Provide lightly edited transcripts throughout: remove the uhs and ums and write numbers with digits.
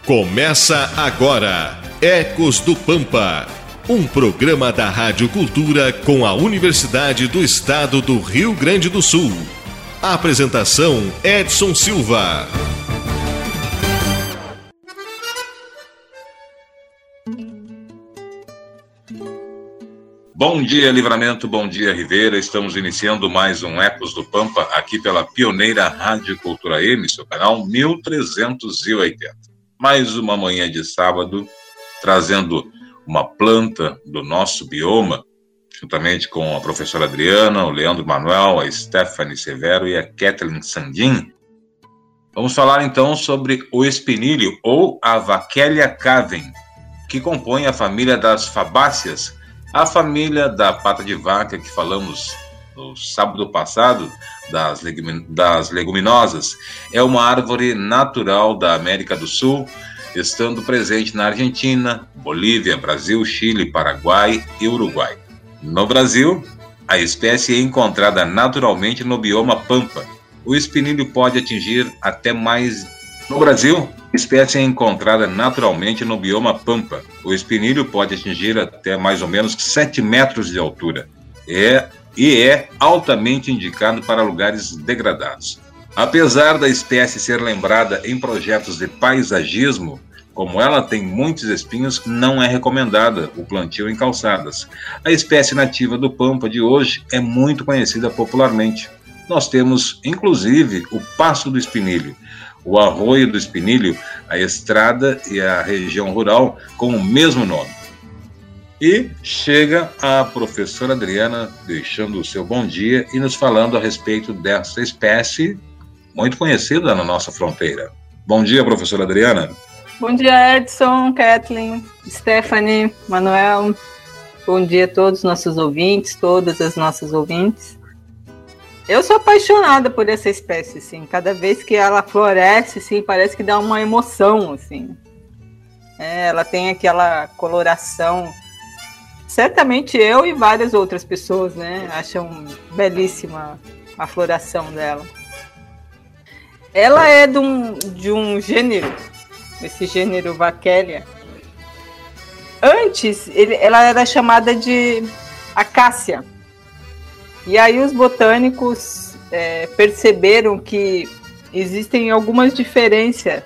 Começa agora, Ecos do Pampa, um programa da Rádio Cultura com a Universidade do Estado do Rio Grande do Sul. A apresentação, Edson Silva. Bom dia, Livramento, bom dia, Ribeira. Estamos iniciando mais um Ecos do Pampa aqui pela pioneira Rádio Cultura M, seu canal 1380. Mais uma manhã de sábado, trazendo uma planta do nosso bioma, juntamente com a professora Adriana, o Leandro Manuel, a Stephanie Severo e a Kathleen Sandin. Vamos falar então sobre o espinilho, ou a Vachellia caven, que compõe a família das fabáceas, a família da pata de vaca que falamos no sábado passado, das leguminosas. É uma árvore natural da América do Sul, estando presente na Argentina, Bolívia, Brasil, Chile, Paraguai e Uruguai. No Brasil, a espécie é encontrada naturalmente no bioma Pampa. O espinilho pode atingir até mais... No Brasil, a espécie é encontrada naturalmente no bioma Pampa. O espinilho pode atingir até mais ou menos 7 metros de altura. E é altamente indicado para lugares degradados. Apesar da espécie ser lembrada em projetos de paisagismo, como ela tem muitos espinhos, não é recomendada o plantio em calçadas. A espécie nativa do Pampa de hoje é muito conhecida popularmente. Nós temos, inclusive, o Passo do Espinilho, o Arroio do Espinilho, a estrada e a região rural com o mesmo nome. E chega a professora Adriana, deixando o seu bom dia e nos falando a respeito dessa espécie muito conhecida na nossa fronteira. Bom dia, professora Adriana. Bom dia, Edson, Kathleen, Stephanie, Manuel. Bom dia a todos os nossos ouvintes, todas as nossas ouvintes. Eu sou apaixonada por essa espécie, assim. Cada vez que ela floresce, assim, parece que dá uma emoção, assim. Ela tem aquela coloração. Certamente eu e várias outras pessoas, né, acham belíssima a floração dela. Ela é de um gênero, esse gênero Vachellia. Antes, ela era chamada de acácia. E aí os botânicos perceberam que existem algumas diferenças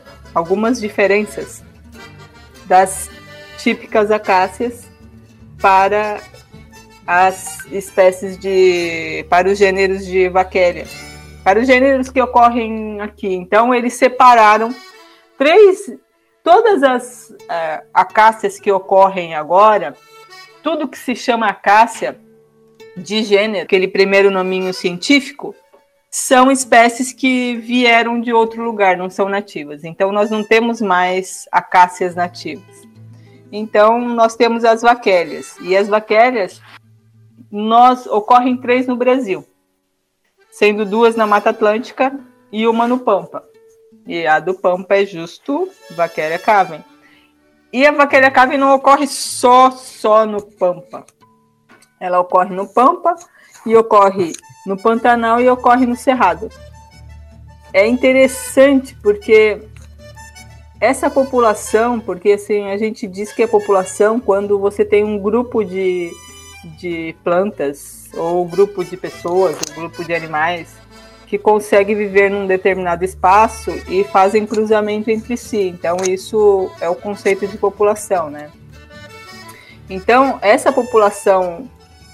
das típicas acácias para as espécies para os gêneros de Vachellia, para os gêneros que ocorrem aqui. Então, eles separaram todas as acácias que ocorrem agora, tudo que se chama acácia de gênero, aquele primeiro nominho científico, são espécies que vieram de outro lugar, não são nativas. Então, nós não temos mais acácias nativas. Então, nós temos as Vachellias. E as Vachellias, ocorrem 3 no Brasil, sendo 2 na Mata Atlântica e uma no Pampa. E a do Pampa é justo Vachellia caven. E a Vachellia caven não ocorre só no Pampa. Ela ocorre no Pampa, e ocorre no Pantanal e ocorre no Cerrado. É interessante porque... essa população, porque assim, a gente diz que é população quando você tem um grupo de plantas, ou um grupo de pessoas, um grupo de animais, que consegue viver num determinado espaço e fazem cruzamento entre si. Então, isso é o conceito de população, né? Então, essa população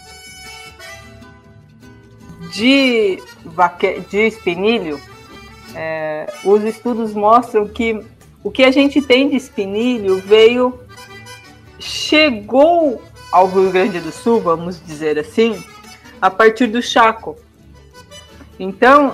de espinilho, os estudos mostram que o que a gente tem de espinilho chegou ao Rio Grande do Sul, vamos dizer assim, a partir do Chaco. Então,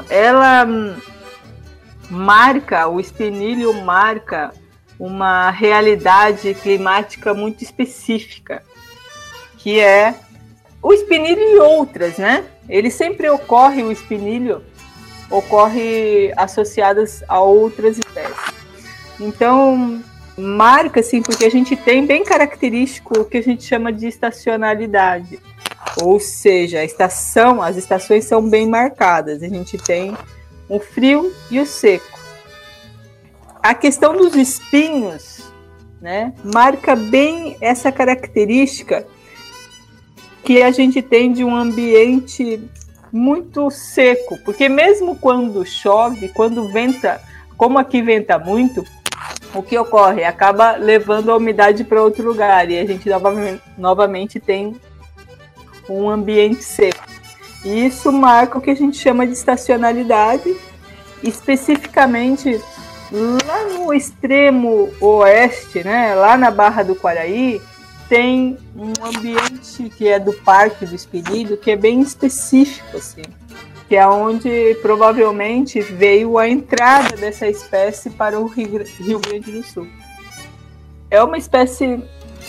o espinilho marca uma realidade climática muito específica, que é o espinilho e outras, né? O espinilho ocorre associadas a outras espécies. Então, marca, assim, porque a gente tem bem característico o que a gente chama de estacionalidade. Ou seja, as estações são bem marcadas. A gente tem o frio e o seco. A questão dos espinhos, né, marca bem essa característica que a gente tem de um ambiente muito seco, porque mesmo quando chove, quando venta, como aqui venta muito, o que ocorre? Acaba levando a umidade para outro lugar e a gente novamente tem um ambiente seco. E isso marca o que a gente chama de estacionalidade, especificamente lá no extremo oeste, né, lá na Barra do Quaraí, tem um ambiente que é do Parque do Espinilho, que é bem específico, assim, que é onde provavelmente veio a entrada dessa espécie para o Rio Grande do Sul. É uma espécie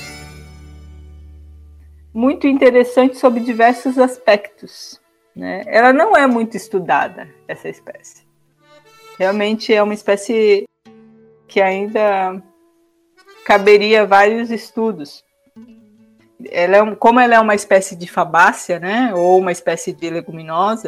muito interessante sob diversos aspectos, né? Ela não é muito estudada, essa espécie. Realmente é uma espécie que ainda caberia vários estudos. Como ela é uma espécie de fabácea, né, ou uma espécie de leguminosa,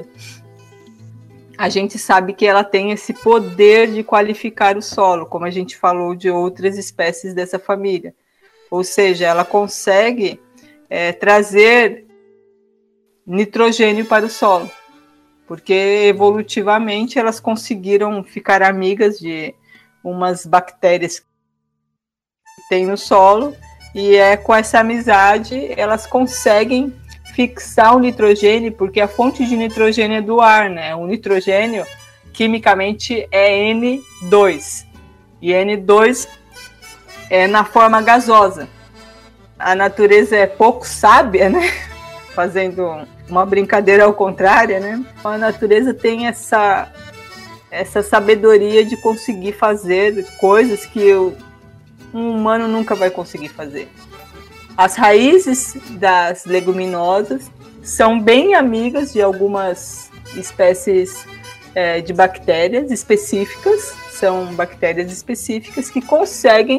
a gente sabe que ela tem esse poder de qualificar o solo, como a gente falou de outras espécies dessa família. Ou seja, ela consegue trazer nitrogênio para o solo, porque evolutivamente elas conseguiram ficar amigas de umas bactérias que tem no solo, e com essa amizade elas conseguem fixar o nitrogênio, porque a fonte de nitrogênio é do ar, né? O nitrogênio quimicamente é N2, e N2 é na forma gasosa. A natureza é pouco sábia, né? Fazendo uma brincadeira ao contrário, né? A natureza tem essa sabedoria de conseguir fazer coisas que um humano nunca vai conseguir fazer. As raízes das leguminosas são bem amigas de algumas espécies de bactérias específicas, são bactérias específicas que conseguem,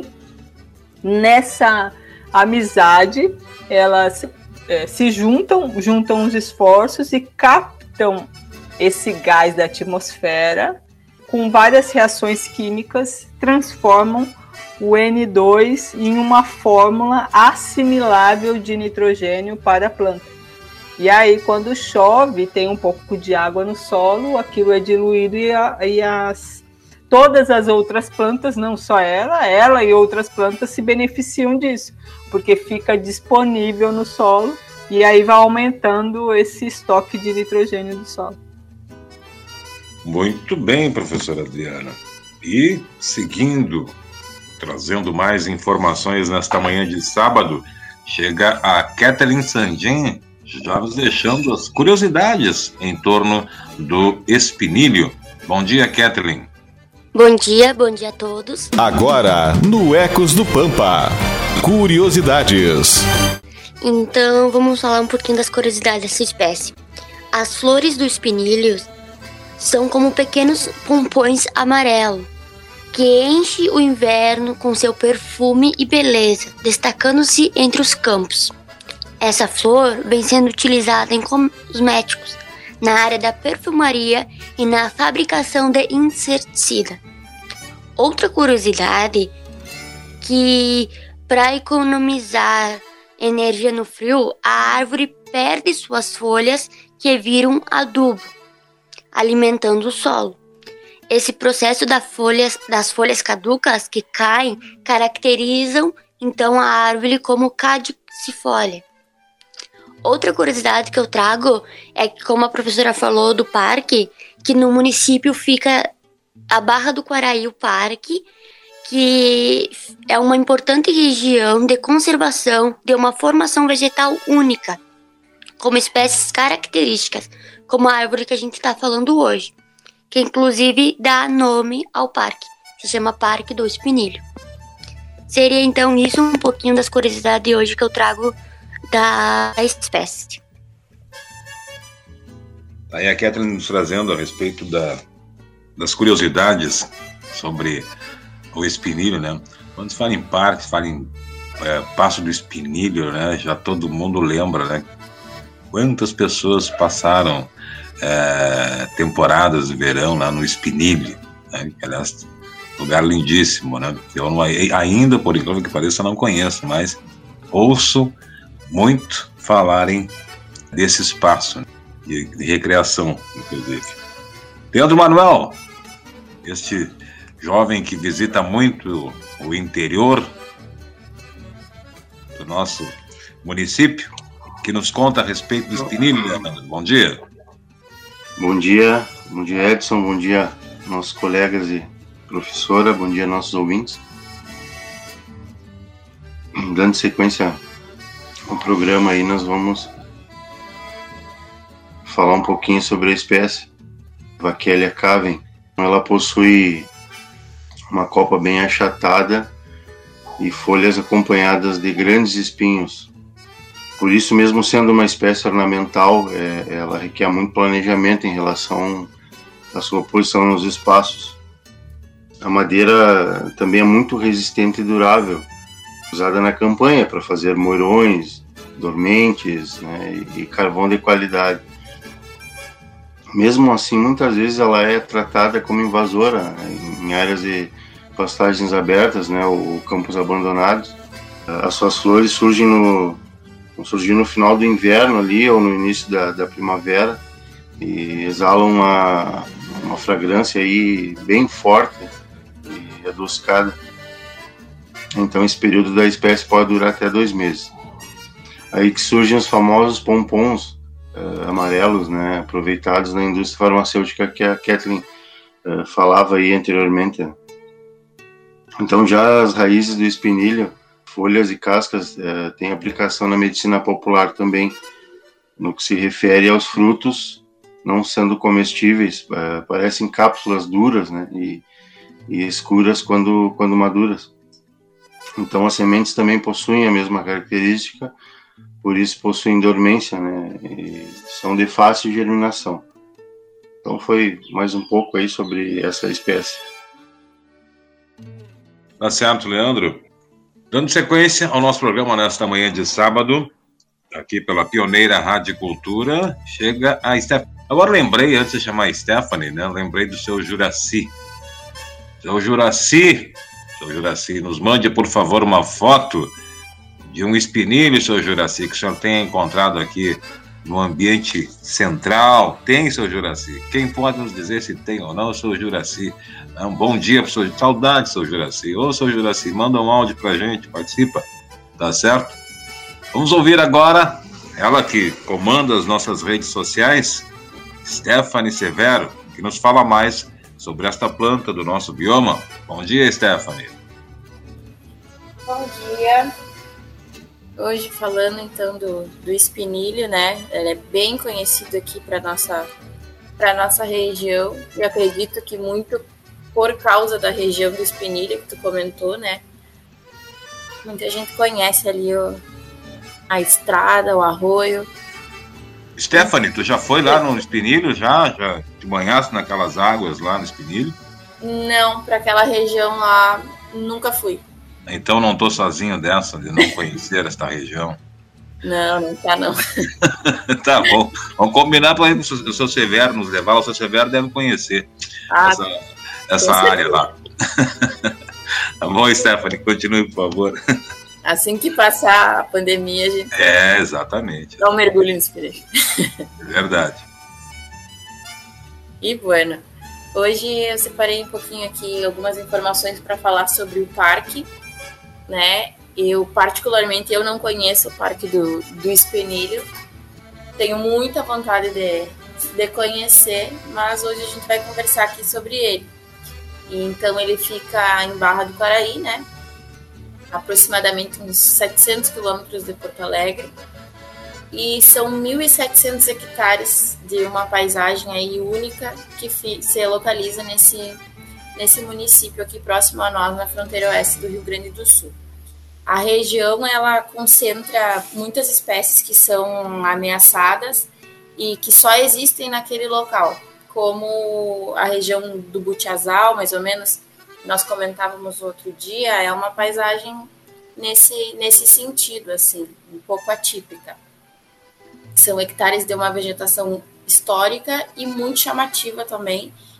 nessa amizade, elas se juntam os esforços e captam esse gás da atmosfera, com várias reações químicas, transformam o N2 em uma fórmula assimilável de nitrogênio para a planta. E aí, quando chove, tem um pouco de água no solo, aquilo é diluído e todas as outras plantas, não só ela e outras plantas se beneficiam disso, porque fica disponível no solo e aí vai aumentando esse estoque de nitrogênio do solo. Muito bem, professora Adriana. E seguindo, trazendo mais informações nesta manhã de sábado, chega a Kathleen Sandin, já nos deixando as curiosidades em torno do espinilho. Bom dia, Kathleen. Bom dia a todos. Agora, no Ecos do Pampa, curiosidades. Então, vamos falar um pouquinho das curiosidades dessa espécie. As flores do espinilho são como pequenos pompons amarelos, que enchem o inverno com seu perfume e beleza, destacando-se entre os campos. Essa flor vem sendo utilizada em cosméticos, na área da perfumaria e na fabricação de inseticida. Outra curiosidade que, para economizar energia no frio, a árvore perde suas folhas que viram adubo, alimentando o solo. Esse processo das folhas caducas que caem caracterizam então a árvore como caducifolia. Outra curiosidade que eu trago é que, como a professora falou do parque, que no município fica a Barra do Quaraí, o parque, que é uma importante região de conservação de uma formação vegetal única, como espécies características, como a árvore que a gente está falando hoje, que inclusive dá nome ao parque, se chama Parque do Espinilho. Seria então isso um pouquinho das curiosidades de hoje que eu trago da espécie. Aí a Kathleen nos trazendo a respeito das curiosidades sobre o espinilho, né? Quando se fala em parque, se fala em Passo do Espinilho, né? Já todo mundo lembra, né? Quantas pessoas passaram temporadas de verão lá no Espinilho, né? Aliás, Lugar lindíssimo, né? Eu não, ainda, por incrível que pareça, não conheço, mas ouço muito falarem desse espaço, né? de recreação, inclusive. Pedro Manuel, este jovem que visita muito o interior do nosso município, que nos conta a respeito do espinilho, Leandro. Bom dia. Bom dia Edson, bom dia nossos colegas e professora, bom dia nossos ouvintes. Dando sequência ao programa aí, nós vamos falar um pouquinho sobre a espécie Vachellia caven. Ela possui uma copa bem achatada e folhas acompanhadas de grandes espinhos. Por isso, mesmo sendo uma espécie ornamental, ela requer muito planejamento em relação à sua posição nos espaços. A madeira também é muito resistente e durável, usada na campanha para fazer moirões, dormentes, né, e carvão de qualidade. Mesmo assim, muitas vezes ela é tratada como invasora, né, em áreas de pastagens abertas, né, ou campos abandonados. As suas flores surgem no final do inverno ali, ou no início da primavera, e exalam uma fragrância aí bem forte e adocicada. Então esse período da espécie pode durar até 2 meses. Aí que surgem os famosos pompons amarelos, né, aproveitados na indústria farmacêutica que a Kathleen falava aí anteriormente. Então já as raízes do espinilho, folhas e cascas têm aplicação na medicina popular também, no que se refere aos frutos, não sendo comestíveis, parecem cápsulas duras, né, e escuras quando maduras. Então as sementes também possuem a mesma característica, por isso possuem dormência, né, e são de fácil germinação. Então foi mais um pouco aí sobre essa espécie. Tá certo, Leandro. Dando sequência ao nosso programa nesta manhã de sábado, aqui pela Pioneira Rádio Cultura, chega a Stephanie. Agora lembrei, antes de chamar a Stephanie, né, lembrei do seu Juraci. Seu Juraci, nos mande, por favor, uma foto de um espinilho, seu Juraci, que o senhor tenha encontrado aqui no ambiente central. Tem, seu Juraci? Quem pode nos dizer se tem ou não, seu Juraci? Um bom dia para o senhor. Saudade, seu Juraci. Ô, seu Juraci, manda um áudio para a gente, participa, tá certo? Vamos ouvir agora ela que comanda as nossas redes sociais, Stephanie Severo, que nos fala mais sobre esta planta do nosso bioma. Bom dia, Stephanie. Bom dia. Hoje falando então do espinilho, né? Ele é bem conhecido aqui para nossa região. E acredito que muito por causa da região do espinilho que tu comentou, né? Muita gente conhece ali a estrada, o arroio. Stephanie, tu já foi lá no espinilho? Já te banhaste naquelas águas lá no espinilho? Não, para aquela região lá nunca fui. Então não tô sozinho dessa, de não conhecer esta região. Não tá não. Tá bom. Vamos combinar para ir pro seu Severo nos levar. O seu Severo deve conhecer essa área lá. Tá bom, Stephanie? Continue, por favor. Assim que passar a pandemia, a gente... exatamente. Dá um mergulho no espinilho. Verdade. E bueno, hoje eu separei um pouquinho aqui algumas informações para falar sobre o parque, né? Particularmente, eu não conheço o Parque do Espinilho. Tenho muita vontade de conhecer, mas hoje a gente vai conversar aqui sobre ele. Então, ele fica em Barra do Quaraí, né? Aproximadamente uns 700 quilômetros de Porto Alegre. E são 1.700 hectares de uma paisagem aí única que se localiza nesse município aqui próximo a nós, na fronteira oeste do Rio Grande do Sul. A região, ela concentra muitas espécies que são ameaçadas e que só existem naquele local, como a região do Butiazal, mais ou menos, nós comentávamos outro dia, é uma paisagem nesse sentido, assim, um pouco atípica. São hectares de uma vegetação histórica e muito chamativa também,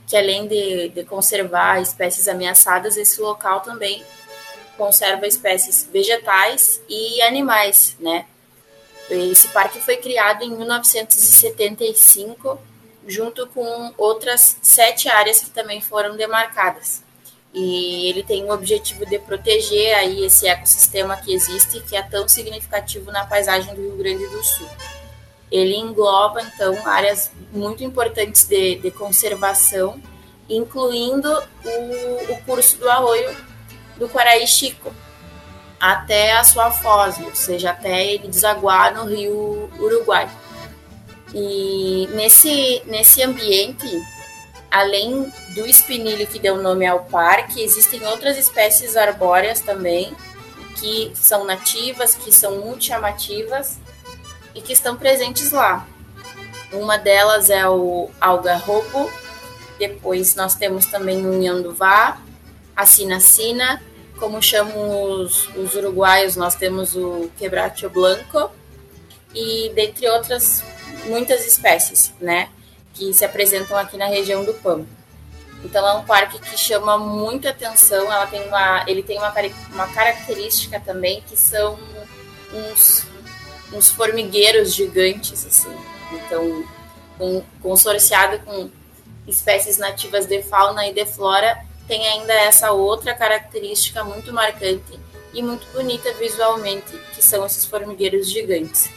que além de conservar espécies ameaçadas, esse local também conserva espécies vegetais e animais, né? Esse parque foi criado em 1975, junto com outras 7 áreas que também foram demarcadas. E ele tem o objetivo de proteger aí esse ecossistema que existe, que é tão significativo na paisagem do Rio Grande do Sul. Ele engloba, então, áreas muito importantes de conservação, incluindo o curso do arroio do Quaraí Chico, até a sua foz, ou seja, até ele desaguar no Rio Uruguai. E nesse ambiente, além do espinilho que deu nome ao parque, existem outras espécies arbóreas também, que são nativas, que são muito chamativas e que estão presentes lá. Uma delas é o algarrobo, depois nós temos também o nhanduvá, a sinacina, como chamam os uruguaios, nós temos o quebracho blanco, e dentre outras muitas espécies, né, que se apresentam aqui na região do Pampa. Então é um parque que chama muita atenção. Ele tem uma característica também, que são uns formigueiros gigantes, assim. Então, consorciado com espécies nativas de fauna e de flora, tem ainda essa outra característica muito marcante e muito bonita visualmente, que são esses formigueiros gigantes.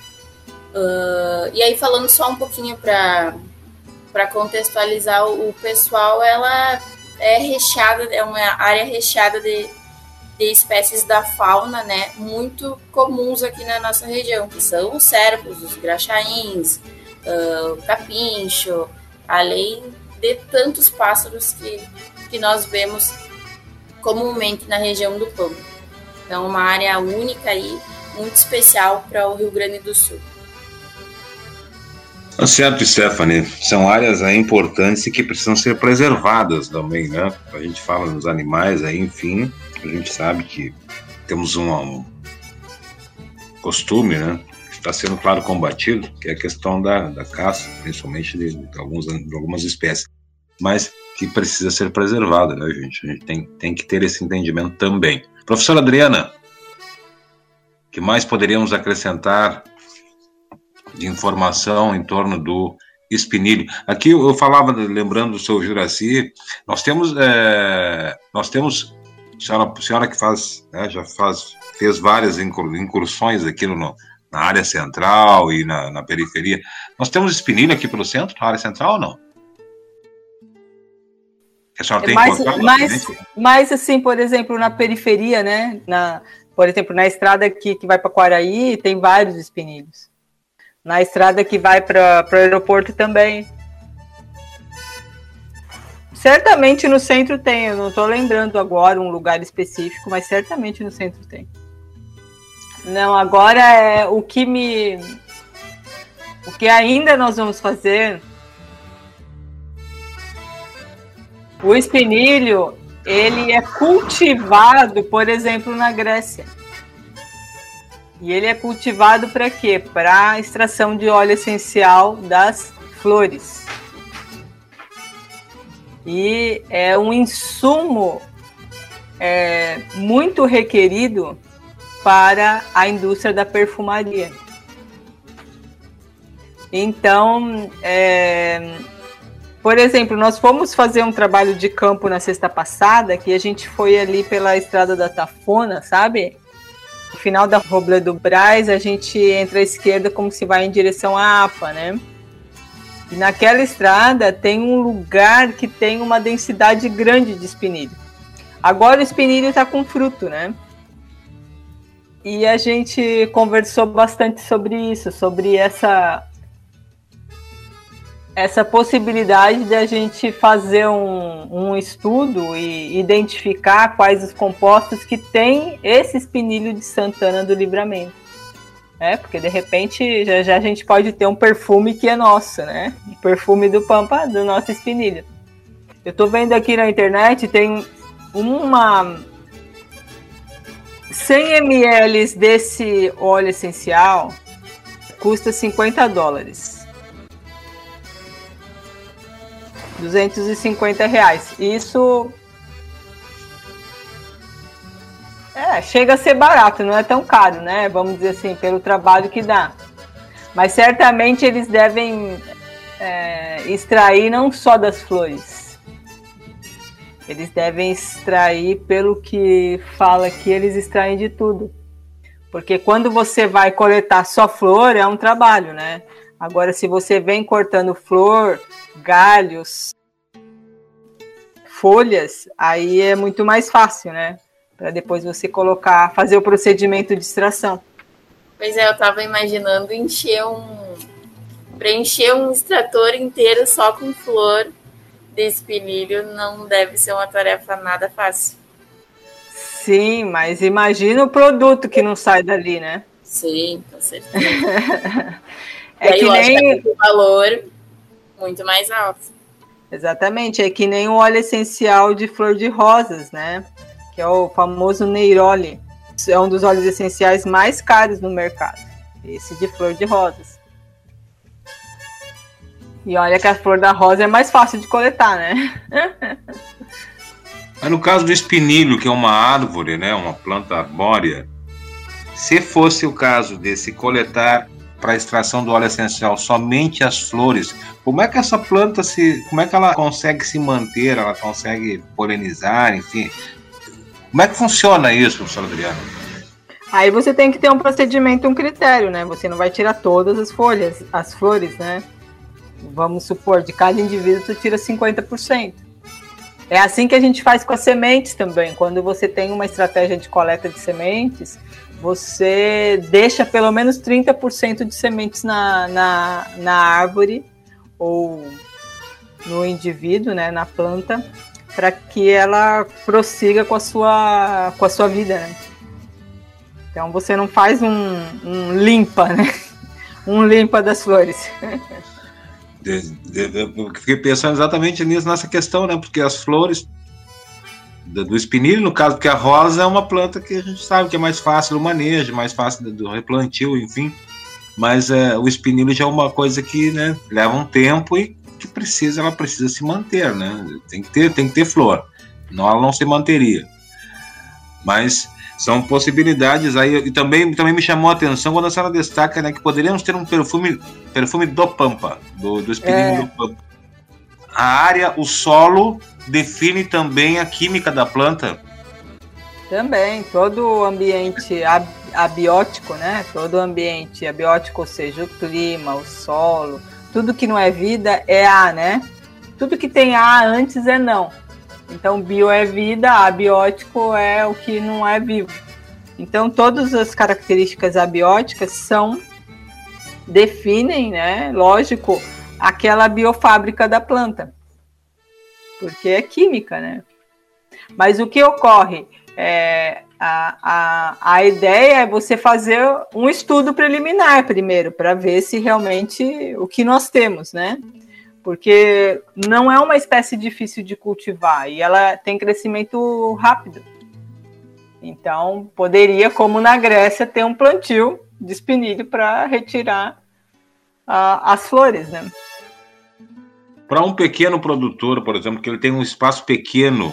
E aí, falando só um pouquinho para contextualizar o pessoal, ela é recheada, é uma área recheada de espécies da fauna, né, muito comuns aqui na nossa região, que são os cérvulos, os graxaíns, o capincho, além de tantos pássaros que nós vemos comumente na região do Pampa. Então, uma área única e muito especial para o Rio Grande do Sul. Certo, Stephanie. São áreas aí importantes e que precisam ser preservadas também, né? A gente fala nos animais aí, enfim, a gente sabe que temos um costume, né? Que está sendo, claro, combatido, que é a questão da caça, principalmente de algumas espécies, mas que precisa ser preservada, né, gente? A gente tem que ter esse entendimento também. Professora Adriana, o que mais poderíamos acrescentar de informação em torno do espinilho? Aqui eu falava, lembrando do seu Juraci, nós temos senhora que faz, né, fez várias incursões aqui na área central e na periferia. Nós temos espinilho aqui pelo centro, na área central ou não? A senhora tem mais assim, por exemplo, na periferia, né? Por exemplo, na estrada aqui que vai para Quaraí, tem vários espinilhos. Na estrada que vai para o aeroporto também. Certamente no centro tem, eu não estou lembrando agora um lugar específico, mas certamente no centro tem. Não, agora o que ainda nós vamos fazer. O espinilho, ele é cultivado, por exemplo, na Grécia. E ele é cultivado para quê? Para a extração de óleo essencial das flores. E é um insumo muito requerido para a indústria da perfumaria. Então, por exemplo, nós fomos fazer um trabalho de campo na sexta passada, que a gente foi ali pela estrada da Tafona, sabe? No final da Robledo Braz, a gente entra à esquerda como se vai em direção à APA, né? E naquela estrada tem um lugar que tem uma densidade grande de espinilho. Agora o espinilho está com fruto, né? E a gente conversou bastante sobre isso, sobre essa possibilidade de a gente fazer um estudo e identificar quais os compostos que tem esse espinilho de Santana do Livramento. Porque de repente já a gente pode ter um perfume que é nosso, né? Um perfume do Pampa, do nosso espinilho. Eu estou vendo aqui na internet, tem 100 ml desse óleo essencial, custa $50. R$250. Isso chega a ser barato, não é tão caro, né? Vamos dizer assim, pelo trabalho que dá. Mas certamente eles devem extrair não só das flores. Eles devem extrair, pelo que fala aqui, eles extraem de tudo. Porque quando você vai coletar só flor, é um trabalho, né? Agora, se você vem cortando flor, galhos, folhas, aí é muito mais fácil, né? Para depois você fazer o procedimento de extração. Pois é, eu estava imaginando preencher um extrator inteiro só com flor de espinilho. Não deve ser uma tarefa nada fácil. Sim, mas imagina o produto que não sai dali, né? Sim, com certeza. É que nem o valor muito mais alto. Exatamente, é que nem o óleo essencial de flor de rosas, né? Que é o famoso Neroli. É um dos óleos essenciais mais caros no mercado. Esse de flor de rosas. E olha que a flor da rosa é mais fácil de coletar, né? Mas no caso do espinilho, que é uma árvore, né, uma planta arbórea, se fosse o caso de se coletar para a extração do óleo essencial somente as flores, como é que essa planta como é que ela consegue se manter, ela consegue polinizar, enfim? Como é que funciona isso, professor Adriano? Aí você tem que ter um procedimento, um critério, né? Você não vai tirar todas as flores, né? Vamos supor, de cada indivíduo tu tira 50%. É assim que a gente faz com as sementes também. Quando você tem uma estratégia de coleta de sementes, você deixa pelo menos 30% de sementes na árvore ou no indivíduo, né, na planta, para que ela prossiga com a sua vida, né? Então você não faz um limpa, né? Um limpa das flores. Eu fiquei pensando exatamente nessa questão, né? Porque as flores do espinilho, no caso, porque a rosa é uma planta que a gente sabe que é mais fácil do manejo, mais fácil do replantio, enfim. Mas o espinilho já é uma coisa que, né, leva um tempo e que ela precisa se manter, né? Tem que ter flor, senão ela não se manteria. Mas são possibilidades aí, e também me chamou a atenção quando a senhora destaca, né, que poderíamos ter um perfume do Pampa, do espinilho do Pampa. A área, o solo, define também a química da planta? Também, todo o ambiente abiótico, né? Todo o ambiente abiótico, ou seja, o clima, o solo, tudo que não é vida é A, né? Tudo que tem A antes é não. Então, bio é vida, abiótico é o que não é vivo. Então, todas as características abióticas definem, né? Lógico, aquela biofábrica da planta. Porque é química, né? Mas o que ocorre? A ideia é você fazer um estudo preliminar primeiro, para ver se realmente o que nós temos, né? Porque não é uma espécie difícil de cultivar e ela tem crescimento rápido. Então, poderia, como na Grécia, ter um plantio de espinilho para retirar as flores, né? Para um pequeno produtor, por exemplo, que ele tem um espaço pequeno,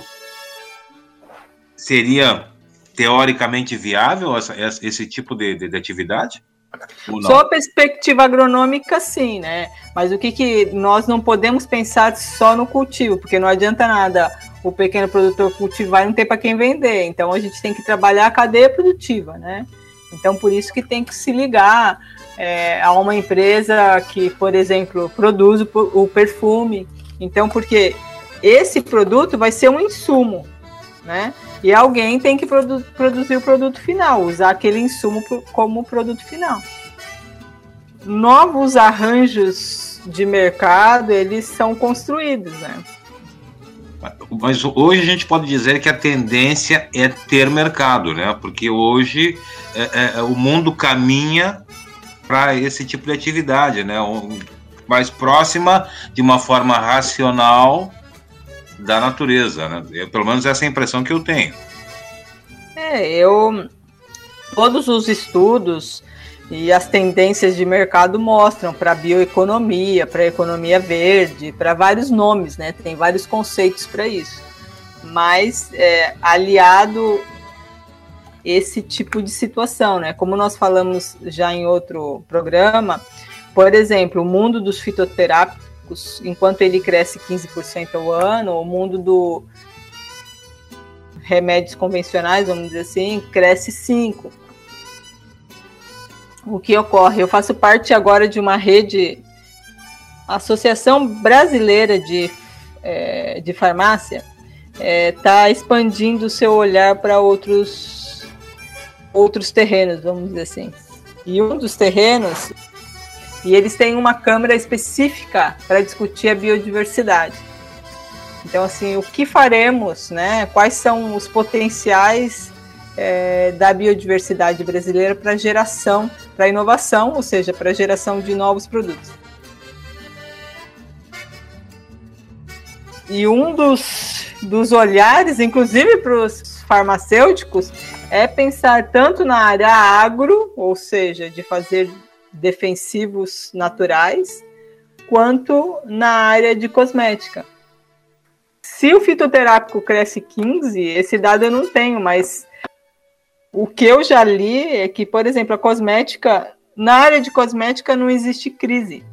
seria teoricamente viável esse tipo de atividade? Sob a perspectiva agronômica, sim, né? Mas o que nós não podemos pensar só no cultivo, porque não adianta nada o pequeno produtor cultivar e não ter para quem vender. Então a gente tem que trabalhar a cadeia produtiva, né? Então por isso que tem que se ligar a uma empresa que, por exemplo, produz o perfume. Então, porque esse produto vai ser um insumo, né? E alguém tem que produzir o produto final, usar aquele insumo como produto final. Novos arranjos de mercado, eles são construídos, né? Mas hoje a gente pode dizer que a tendência é ter mercado, né? Porque hoje o mundo caminha para esse tipo de atividade, né? Mais próxima, de uma forma racional, da natureza, né? Pelo menos essa é a impressão que eu tenho. todos os estudos e as tendências de mercado mostram para a bioeconomia, para a economia verde, para vários nomes, né? Tem vários conceitos para isso. Mas aliado esse tipo de situação, né? Como nós falamos já em outro programa, por exemplo, o mundo dos fitoterápicos, enquanto ele cresce 15% ao ano, o mundo do remédios convencionais, vamos dizer assim, cresce 5%. O que ocorre? Eu faço parte agora de uma rede, Associação Brasileira de Farmácia, está expandindo o seu olhar para outros terrenos, vamos dizer assim. E um dos terrenos, e eles têm uma câmara específica para discutir a biodiversidade. Então, assim, o que faremos, né? Quais são os potenciais da biodiversidade brasileira para geração, para inovação, ou seja, para geração de novos produtos. E um dos olhares, inclusive para os farmacêuticos, é pensar tanto na área agro, ou seja, de fazer defensivos naturais, quanto na área de cosmética. Se o fitoterápico cresce 15%, esse dado eu não tenho, mas o que eu já li é que, por exemplo, a cosmética, na área de cosmética não existe crise.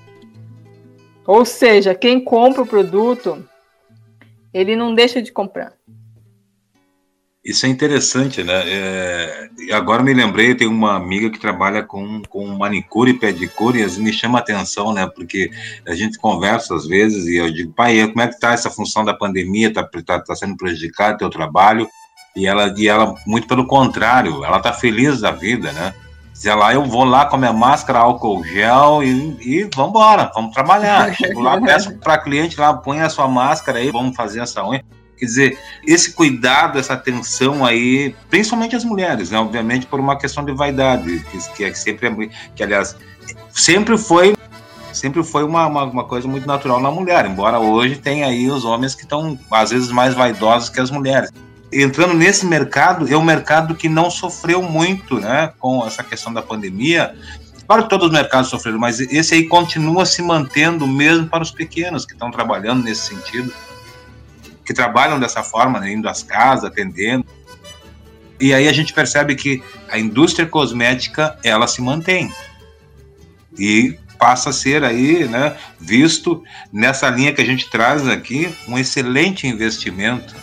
Ou seja, quem compra o produto, ele não deixa de comprar. Isso é interessante, né? Agora me lembrei, tem uma amiga que trabalha com manicure e pedicure, e me chama a atenção, né? Porque a gente conversa às vezes e eu digo, pai, como é que está essa função da pandemia? Tá sendo prejudicado o teu trabalho? E ela, muito pelo contrário, ela está feliz da vida, né? Diz ela, eu vou lá com a minha máscara, álcool gel e vamos embora, vamos trabalhar. Chego lá, peço para a cliente lá, põe a sua máscara aí, vamos fazer essa unha. Quer dizer, esse cuidado, essa atenção aí, principalmente as mulheres, né? Obviamente por uma questão de vaidade, que sempre, que aliás, sempre foi uma coisa muito natural na mulher, embora hoje tenha aí os homens que estão, às vezes, mais vaidosos que as mulheres. Entrando nesse mercado, é um mercado que não sofreu muito, né, com essa questão da pandemia. Claro que todos os mercados sofreram, mas esse aí continua se mantendo mesmo para os pequenos que estão trabalhando nesse sentido, que trabalham dessa forma, né, indo às casas, atendendo. E aí a gente percebe que a indústria cosmética, ela se mantém. E passa a ser aí, né, visto nessa linha que a gente traz aqui, um excelente investimento.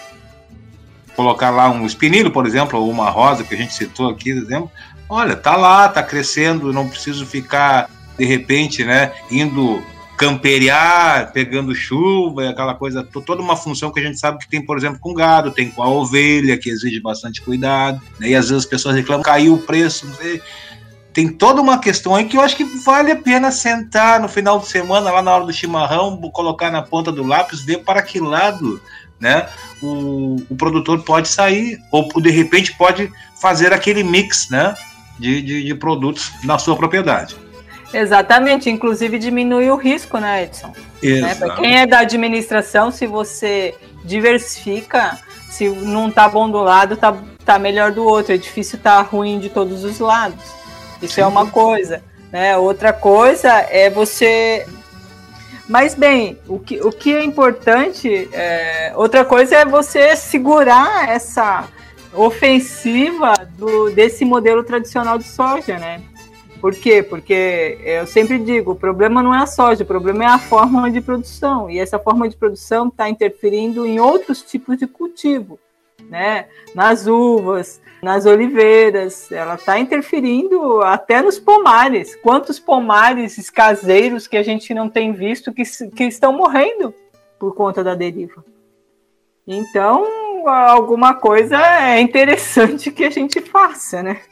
Colocar lá um espinilho, por exemplo, ou uma rosa que a gente citou aqui, por exemplo, olha, tá lá, tá crescendo, não preciso ficar, de repente, né, indo camperiar, pegando chuva, aquela coisa, toda uma função que a gente sabe que tem, por exemplo, com gado, tem com a ovelha, que exige bastante cuidado, né, e às vezes as pessoas reclamam, caiu o preço, não sei. Tem toda uma questão aí que eu acho que vale a pena sentar no final de semana, lá na hora do chimarrão, colocar na ponta do lápis, ver para que lado, né, o produtor pode sair, ou de repente pode fazer aquele mix, né, de produtos na sua propriedade. Exatamente, inclusive diminui o risco, né, Edson? Né? Para quem é da administração, se você diversifica, se não está bom do lado, tá melhor do outro, é difícil estar ruim de todos os lados. Isso é uma coisa, né? Outra coisa é você... Mas, bem, o que é importante, outra coisa é você segurar essa ofensiva desse modelo tradicional de soja, né? Por quê? Porque eu sempre digo, o problema não é a soja, o problema é a forma de produção, e essa forma de produção está interferindo em outros tipos de cultivo, né? Nas uvas, nas oliveiras, ela está interferindo até nos pomares. Quantos pomares caseiros que a gente não tem visto que estão morrendo por conta da deriva? Então, alguma coisa é interessante que a gente faça, né?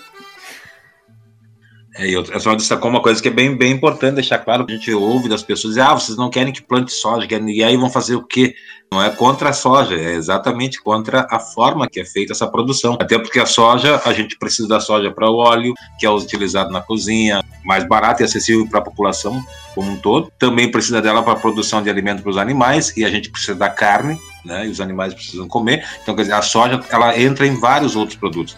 Eu só destacou uma coisa que é bem, bem importante deixar claro, que a gente ouve das pessoas, vocês não querem que plante soja, e aí vão fazer o quê? Não é contra a soja, é exatamente contra a forma que é feita essa produção. Até porque a soja, a gente precisa da soja para o óleo, que é utilizado na cozinha, mais barato e acessível para a população como um todo. Também precisa dela para a produção de alimentos para os animais, e a gente precisa da carne, né? E os animais precisam comer. Então, quer dizer, a soja, ela entra em vários outros produtos.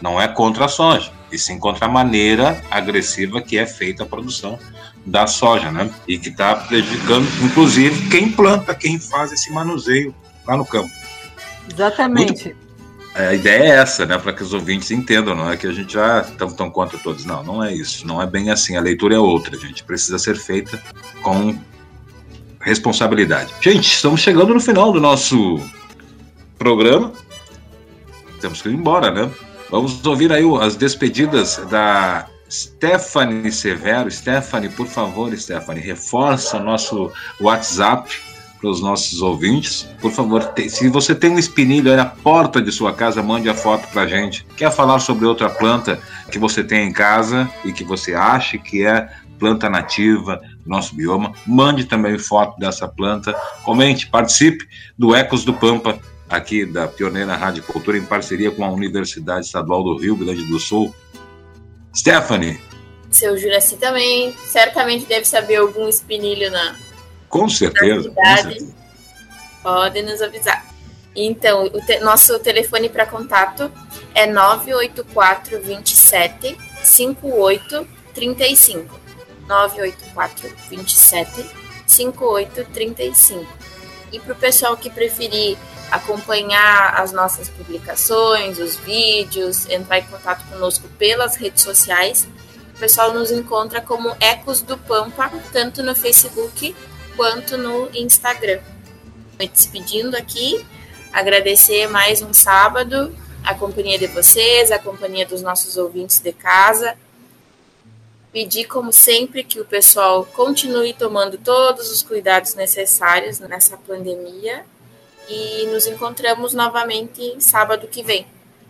Não é contra a soja, e sim contra a maneira agressiva que é feita a produção da soja, né? E que está prejudicando, inclusive, quem planta, quem faz esse manuseio lá no campo. Exatamente. A ideia é essa, né? Para que os ouvintes entendam, não é que a gente já estamos tão contra todos. Não, não é isso. Não é bem assim. A leitura é outra, gente. Precisa ser feita com responsabilidade. Gente, estamos chegando no final do nosso programa. Temos que ir embora, né? Vamos ouvir aí as despedidas da Stephanie Severo. Stephanie, por favor, Stephanie, reforça o nosso WhatsApp para os nossos ouvintes. Por favor, se você tem um espinilho aí na porta de sua casa, mande a foto para a gente. Quer falar sobre outra planta que você tem em casa e que você acha que é planta nativa do nosso bioma? Mande também foto dessa planta. Comente, participe do Ecos do Pampa, aqui da Pioneira Rádio Cultura, em parceria com a Universidade Estadual do Rio Grande do Sul. Stephanie. Seu Juraci também certamente deve saber algum espinilho na... Com certeza. Pode nos avisar. Então, nosso telefone para contato é 984 27 58 35. 984 27 58 35. E para o pessoal que preferir acompanhar as nossas publicações, os vídeos, entrar em contato conosco pelas redes sociais, o pessoal nos encontra como Ecos do Pampa, tanto no Facebook quanto no Instagram. Me despedindo aqui, agradecer mais um sábado a companhia de vocês, a companhia dos nossos ouvintes de casa. Pedir, como sempre, que o pessoal continue tomando todos os cuidados necessários nessa pandemia e nos encontramos novamente sábado que vem.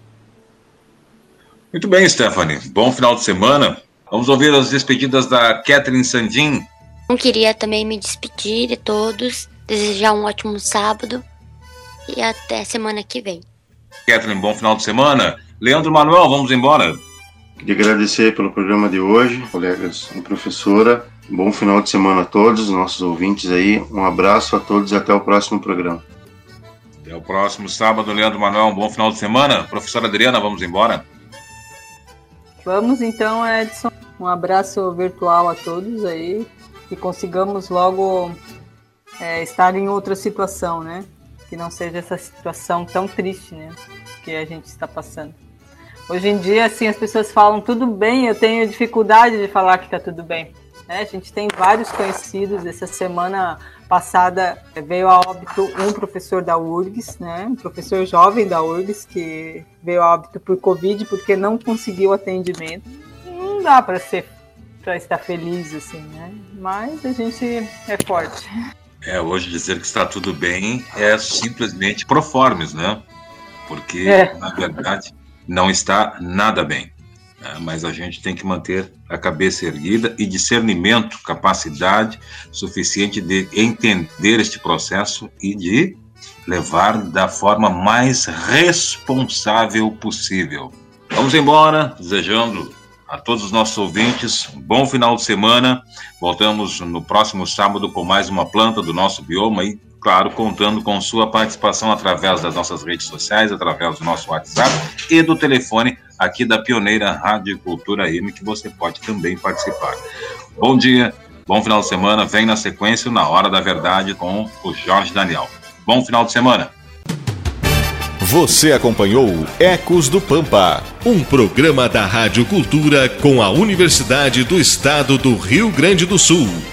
Muito bem, Stephanie. Bom final de semana. Vamos ouvir as despedidas da Catherine Sandin. Eu queria também me despedir de todos, desejar um ótimo sábado e até semana que vem. Catherine, bom final de semana. Leandro Manuel, vamos embora. Queria agradecer pelo programa de hoje, colegas e professora. Bom final de semana a todos, nossos ouvintes aí. Um abraço a todos e até o próximo programa. Até o próximo sábado, Leandro Manuel. Um bom final de semana. Professora Adriana, vamos embora? Vamos então, Edson. Um abraço virtual a todos aí. Que consigamos logo estar em outra situação, né? Que não seja essa situação tão triste, né? Que a gente está passando. Hoje em dia, assim, as pessoas falam tudo bem, eu tenho dificuldade de falar que está tudo bem. Né? A gente tem vários conhecidos. Essa semana passada veio a óbito um professor da URGS, né? Um professor jovem da URGS que veio a óbito por Covid porque não conseguiu atendimento. Não dá para estar feliz, assim, né? Mas a gente é forte. Hoje dizer que está tudo bem é simplesmente proformes, né? Porque, na verdade, não está nada bem. Né? Mas a gente tem que manter a cabeça erguida e discernimento, capacidade suficiente de entender este processo e de levar da forma mais responsável possível. Vamos embora, desejando a todos os nossos ouvintes um bom final de semana. Voltamos no próximo sábado com mais uma planta do nosso bioma e, claro, contando com sua participação através das nossas redes sociais, através do nosso WhatsApp e do telefone aqui da Pioneira Rádio Cultura AM, que você pode também participar. Bom dia, bom final de semana. Vem na sequência Na Hora da Verdade com o Jorge Daniel. Bom final de semana. Você acompanhou Ecos do Pampa, um programa da Rádio Cultura com a Universidade do Estado do Rio Grande do Sul.